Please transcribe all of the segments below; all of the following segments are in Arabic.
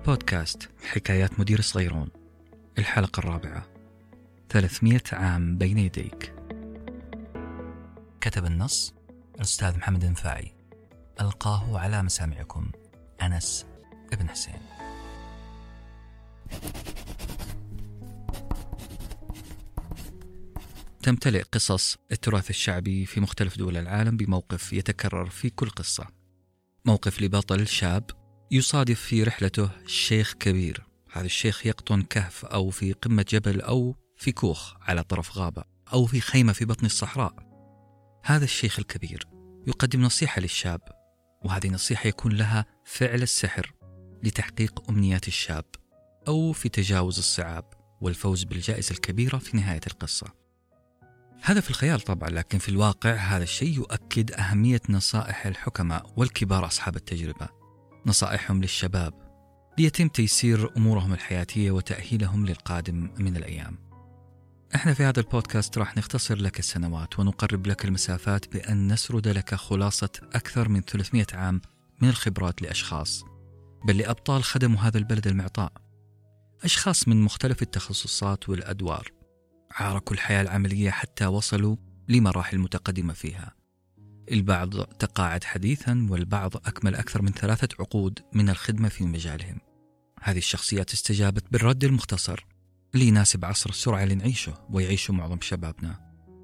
بودكاست حكايات مدير صغيرون، الحلقة الرابعة، 300 عام بين يديك. كتب النص الأستاذ محمد النفاعي، ألقاه على مسامعكم أنس ابن حسين. تمتلئ قصص التراث الشعبي في مختلف دول العالم بموقف يتكرر في كل قصة، موقف لبطل شاب يصادف في رحلته شيخ كبير. هذا الشيخ يقطن كهف أو في قمة جبل أو في كوخ على طرف غابة أو في خيمة في بطن الصحراء. هذا الشيخ الكبير يقدم نصيحة للشاب، وهذه النصيحة يكون لها فعل السحر لتحقيق أمنيات الشاب أو في تجاوز الصعاب والفوز بالجائزة الكبيرة في نهاية القصة. هذا في الخيال طبعا، لكن في الواقع هذا الشيء يؤكد أهمية نصائح الحكماء والكبار أصحاب التجربة، نصائحهم للشباب ليتم تيسير أمورهم الحياتية وتأهيلهم للقادم من الأيام. احنا في هذا البودكاست راح نختصر لك السنوات ونقرب لك المسافات بأن نسرد لك خلاصة أكثر من 300 عام من الخبرات لأشخاص، بل لأبطال خدموا هذا البلد المعطاء، أشخاص من مختلف التخصصات والأدوار، عاركوا الحياة العملية حتى وصلوا لمراحل متقدمة فيها. البعض تقاعد حديثا والبعض أكمل أكثر من 3 عقود من الخدمة في مجالهم. هذه الشخصيات استجابت بالرد المختصر اللي يناسب عصر السرعة اللي نعيشه ويعيشه معظم شبابنا.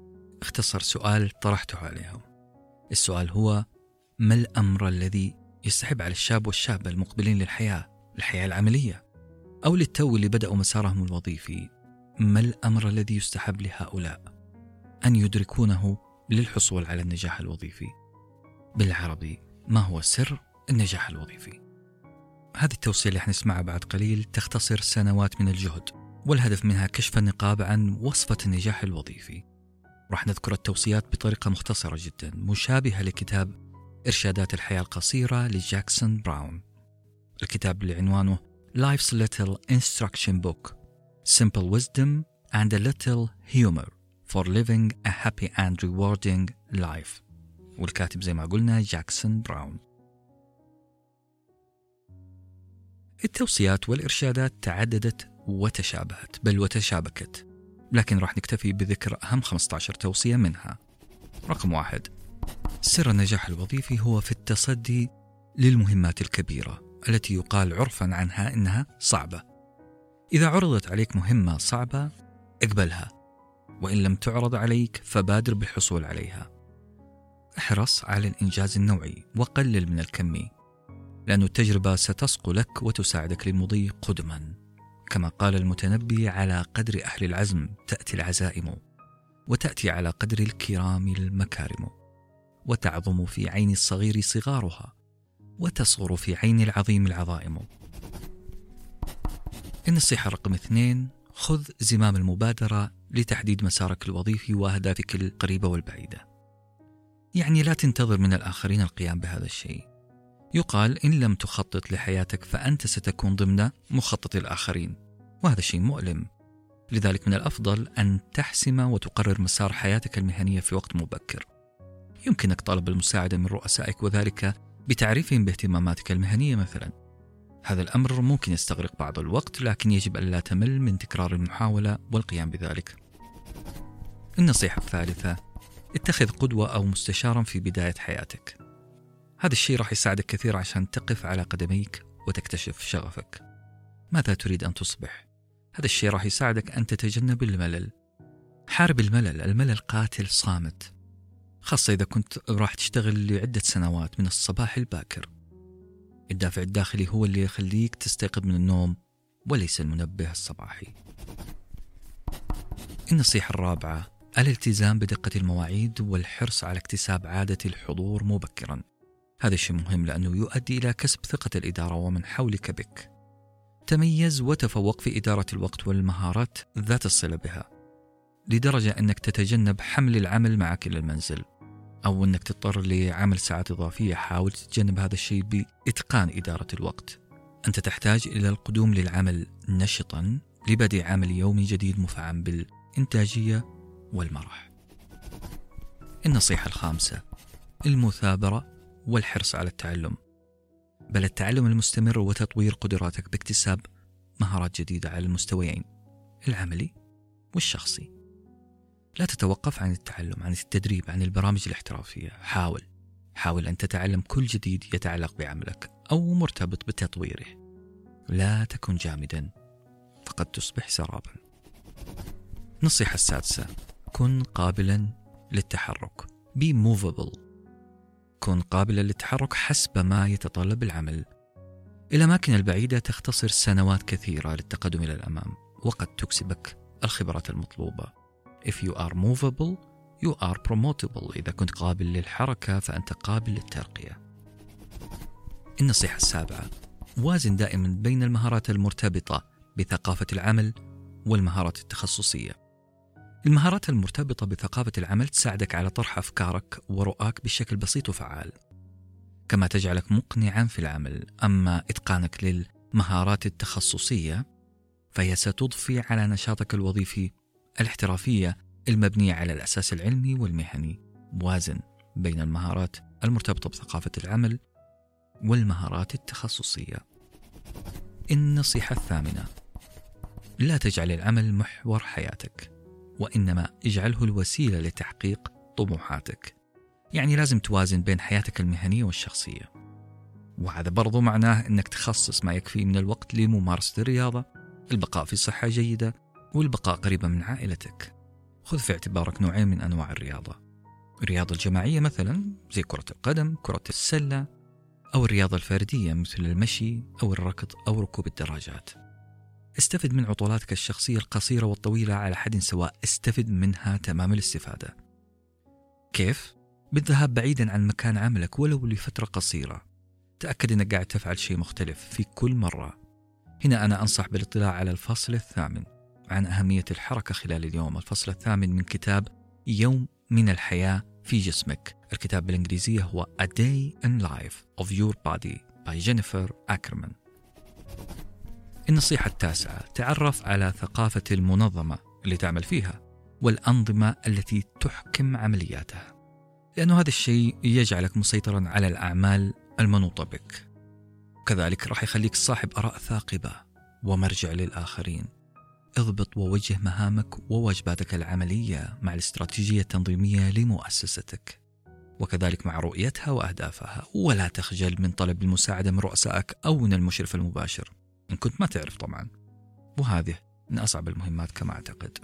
اختصر سؤال طرحته عليهم، السؤال هو: ما الأمر الذي يستحب على الشاب والشابة المقبلين للحياة العملية أو للتو اللي بدأوا مسارهم الوظيفي؟ ما الأمر الذي يستحب لهؤلاء أن يدركونه للحصول على النجاح الوظيفي؟ بالعربي، ما هو سر النجاح الوظيفي؟ هذه التوصية اللي حنسمعها بعد قليل تختصر سنوات من الجهد، والهدف منها كشف النقاب عن وصفة النجاح الوظيفي. راح نذكر التوصيات بطريقة مختصرة جدا مشابهة لكتاب إرشادات الحياة القصيرة لجاكسون براون، الكتاب اللي عنوانه Life's Little Instruction Book, Simple Wisdom and a Little Humor for Living a Happy and Rewarding Life، والكاتب زي ما قلنا جاكسون براون. التوصيات والإرشادات تعددت وتشابهت بل وتشابكت، لكن راح نكتفي بذكر أهم 15 توصية منها. رقم 1: سر النجاح الوظيفي هو في التصدي للمهمات الكبيرة التي يقال عرفا عنها إنها صعبة. إذا عرضت عليك مهمة صعبة اقبلها، وإن لم تعرض عليك فبادر بالحصول عليها. احرص على الإنجاز النوعي وقلل من الكمي، لأن التجربة ستسقو لك وتساعدك للمضي قدما. كما قال المتنبي: على قدر أهل العزم تأتي العزائم، وتأتي على قدر الكرام المكارم، وتعظم في عين الصغير صغارها، وتصغر في عين العظيم العظائم. النصيحة رقم 2: خذ زمام المبادرة لتحديد مسارك الوظيفي وأهدافك القريبة والبعيدة. يعني لا تنتظر من الآخرين القيام بهذا الشيء. يقال: إن لم تخطط لحياتك فأنت ستكون ضمن مخطط الآخرين، وهذا شيء مؤلم. لذلك من الأفضل أن تحسم وتقرر مسار حياتك المهنية في وقت مبكر. يمكنك طلب المساعدة من رؤسائك، وذلك بتعريفهم باهتماماتك المهنية مثلا. هذا الأمر ممكن يستغرق بعض الوقت، لكن يجب أن لا تمل من تكرار المحاولة والقيام بذلك. النصيحة الثالثة: اتخذ قدوة أو مستشارا في بداية حياتك. هذا الشيء راح يساعدك كثير عشان تقف على قدميك وتكتشف شغفك. ماذا تريد أن تصبح؟ هذا الشيء راح يساعدك أن تتجنب الملل. حارب الملل قاتل صامت، خاصة إذا كنت راح تشتغل لعدة سنوات من الصباح الباكر. الدافع الداخلي هو اللي يخليك تستيقظ من النوم وليس المنبه الصباحي. النصيحة الرابعة: الالتزام بدقة المواعيد والحرص على اكتساب عادة الحضور مبكرا. هذا الشيء مهم لأنه يؤدي إلى كسب ثقة الإدارة ومن حولك بك. تميز وتفوق في إدارة الوقت والمهارات ذات الصلة بها، لدرجة أنك تتجنب حمل العمل معك إلى المنزل، أو أنك تضطر لعمل ساعات إضافية. حاول تتجنب هذا الشيء بإتقان إدارة الوقت. أنت تحتاج إلى القدوم للعمل نشطا لبدء عمل يومي جديد مفعم بالإنتاجية والمرح. النصيحة الخامسة: المثابرة والحرص على التعلم. بل التعلم المستمر وتطوير قدراتك باكتساب مهارات جديدة على المستويين العملي والشخصي. لا تتوقف عن التعلم، عن التدريب، عن البرامج الاحترافية. حاول أن تتعلم كل جديد يتعلق بعملك أو مرتبط بتطويره. لا تكن جامدا فقد تصبح سرابا. النصيحة السادسة: كن قابلا للتحرك. Be movable. كن قابلا للتحرك حسب ما يتطلب العمل. الأماكن البعيدة تختصر سنوات كثيرة للتقدم إلى الأمام، وقد تكسبك الخبرات المطلوبة. If you are movable, you are promotable. إذا كنت قابل للحركة فأنت قابل للترقية. النصيحة السابعة: وازن دائما بين المهارات المرتبطة بثقافة العمل والمهارات التخصصية. المهارات المرتبطة بثقافة العمل تساعدك على طرح أفكارك ورؤاك بشكل بسيط وفعال، كما تجعلك مقنعا في العمل. أما إتقانك للمهارات التخصصية فهي ستضفي على نشاطك الوظيفي الاحترافية المبنية على الأساس العلمي والمهني. وازن بين المهارات المرتبطة بثقافة العمل والمهارات التخصصية. النصيحة الثامنة: لا تجعل العمل محور حياتك، وإنما اجعله الوسيلة لتحقيق طموحاتك. يعني لازم توازن بين حياتك المهنية والشخصية، وهذا برضو معناه أنك تخصص ما يكفي من الوقت لممارسة الرياضة، البقاء في صحة جيدة، والبقاء قريبا من عائلتك. خذ في اعتبارك نوعين من أنواع الرياضة: الرياضة الجماعية مثلا زي كرة القدم، كرة السلة، أو الرياضة الفردية مثل المشي أو الركض أو ركوب الدراجات. استفد من عطلاتك الشخصية القصيرة والطويلة على حد سواء. استفد منها تمام الاستفادة. كيف؟ بالذهاب بعيدا عن مكان عملك ولو لفترة قصيرة. تأكد أنك قاعد تفعل شيء مختلف في كل مرة. هنا أنا أنصح بالاطلاع على الفصل الثامن عن أهمية الحركة خلال اليوم. الفصل الثامن من كتاب يوم من الحياة في جسمك. الكتاب بالإنجليزية هو A Day in Life of Your Body by جينيفر أكرمان. النصيحة التاسعة: تعرف على ثقافة المنظمة اللي تعمل فيها والأنظمة التي تحكم عملياتها، لأنه هذا الشيء يجعلك مسيطرا على الأعمال المنوطة بك. كذلك راح يخليك صاحب آراء ثاقبة ومرجع للآخرين. اضبط ووجه مهامك وواجباتك العملية مع الاستراتيجية التنظيمية لمؤسستك، وكذلك مع رؤيتها وأهدافها. ولا تخجل من طلب المساعدة من رؤسائك أو من المشرف المباشر إن كنت ما تعرف طبعا، وهذه من أصعب المهمات كما أعتقد.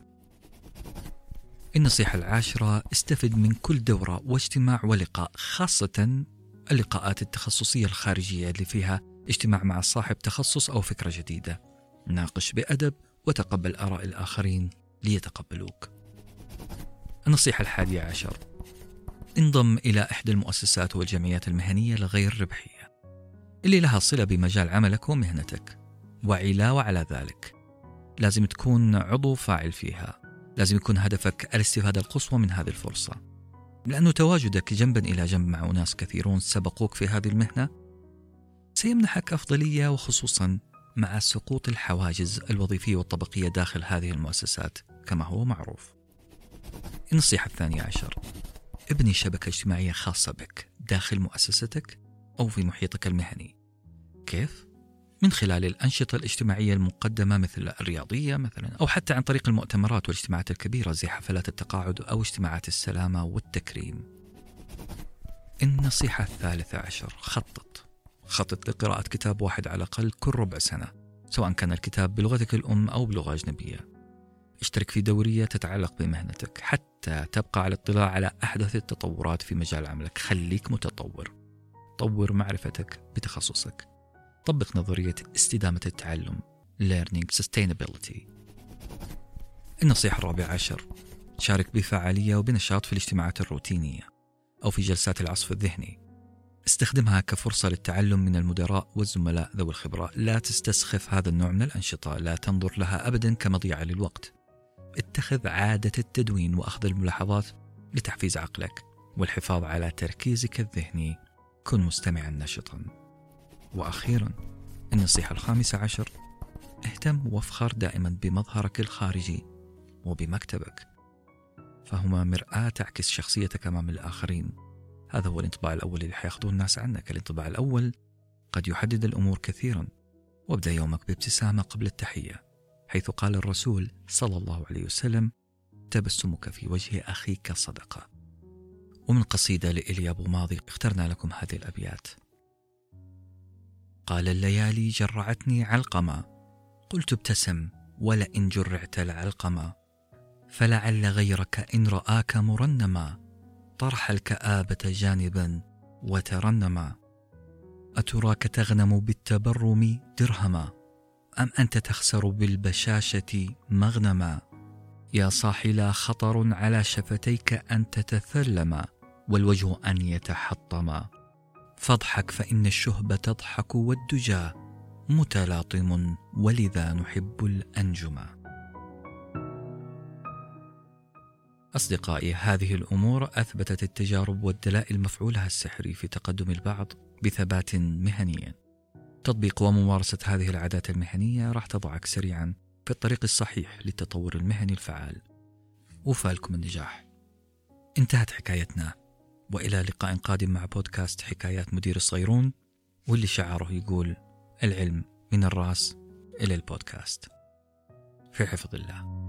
النصيحة العاشرة: استفد من كل دورة واجتماع ولقاء، خاصة اللقاءات التخصصية الخارجية اللي فيها اجتماع مع صاحب تخصص أو فكرة جديدة. ناقش بأدب وتقبل آراء الآخرين ليتقبلوك. النصيحة الحادية عشر: انضم إلى إحدى المؤسسات والجمعيات المهنية الغير ربحية اللي لها صلة بمجال عملك ومهنتك. وعلاوة على ذلك لازم تكون عضو فاعل فيها. لازم يكون هدفك الاستفادة القصوى من هذه الفرصة، لأنه تواجدك جنبا إلى جنب مع أناس كثيرون سبقوك في هذه المهنة سيمنحك أفضلية، وخصوصا مع سقوط الحواجز الوظيفية والطبقية داخل هذه المؤسسات كما هو معروف. النصيحة الثانية عشر: ابني شبكة اجتماعية خاصة بك داخل مؤسستك أو في محيطك المهني. كيف؟ من خلال الأنشطة الاجتماعية المقدمة مثل الرياضية مثلا، أو حتى عن طريق المؤتمرات والاجتماعات الكبيرة زي حفلات التقاعد أو اجتماعات السلامة والتكريم. النصيحة الثالثة عشر: خطط لقراءة كتاب واحد على الأقل كل ربع سنة، سواء كان الكتاب بلغتك الأم أو بلغة أجنبية. اشترك في دورية تتعلق بمهنتك حتى تبقى على اطلاع على أحدث التطورات في مجال عملك. خليك متطور، طور معرفتك بتخصصك، طبق نظرية استدامة التعلم Learning Sustainability. النصيحة الرابعة عشر: شارك بفعالية وبنشاط في الاجتماعات الروتينية أو في جلسات العصف الذهني. استخدمها كفرصة للتعلم من المدراء والزملاء ذوي الخبرة. لا تستسخف هذا النوع من الأنشطة، لا تنظر لها أبدا كمضيعة للوقت. اتخذ عادة التدوين وأخذ الملاحظات لتحفيز عقلك والحفاظ على تركيزك الذهني. كن مستمعا نشطا. وأخيرا النصيحة الخامسة عشر: اهتم وافخر دائما بمظهرك الخارجي وبمكتبك، فهما مرآة تعكس شخصيتك أمام الآخرين. هذا هو الانطباع الأول اللي حياخذوه الناس عنك. الانطباع الأول قد يحدد الأمور كثيرا. وابدأ يومك بابتسامة قبل التحية، حيث قال الرسول صلى الله عليه وسلم: تبسمك في وجه أخيك صدقة. ومن قصيدة لإيليا أبو ماضي اخترنا لكم هذه الأبيات: قال الليالي جرعتني علقما، قلت ابتسم ولئن جرعت العلقما، فلعل غيرك إن رآك مرنما، طرح الكآبة جانبا وترنما. أتراك تغنم بالتبرم درهما، أم أنت تخسر بالبشاشة مغنما؟ يا صاحي لا خطر على شفتيك أن تتثلما، والوجه أن يتحطما، فاضحك فإن الشهب تضحك والدجى متلاطم، ولذا نحب الأنجما. أصدقائي، هذه الأمور أثبتت التجارب والدلائل مفعولها السحري في تقدم البعض بثبات مهني. تطبيق وممارسة هذه العادات المهنية راح تضعك سريعا في الطريق الصحيح للتطور المهني الفعال. وفالكم النجاح. انتهت حكايتنا، وإلى لقاء قادم مع بودكاست حكايات مدير الصغيرون، واللي شعاره يقول: العلم من الرأس إلى البودكاست. في حفظ الله.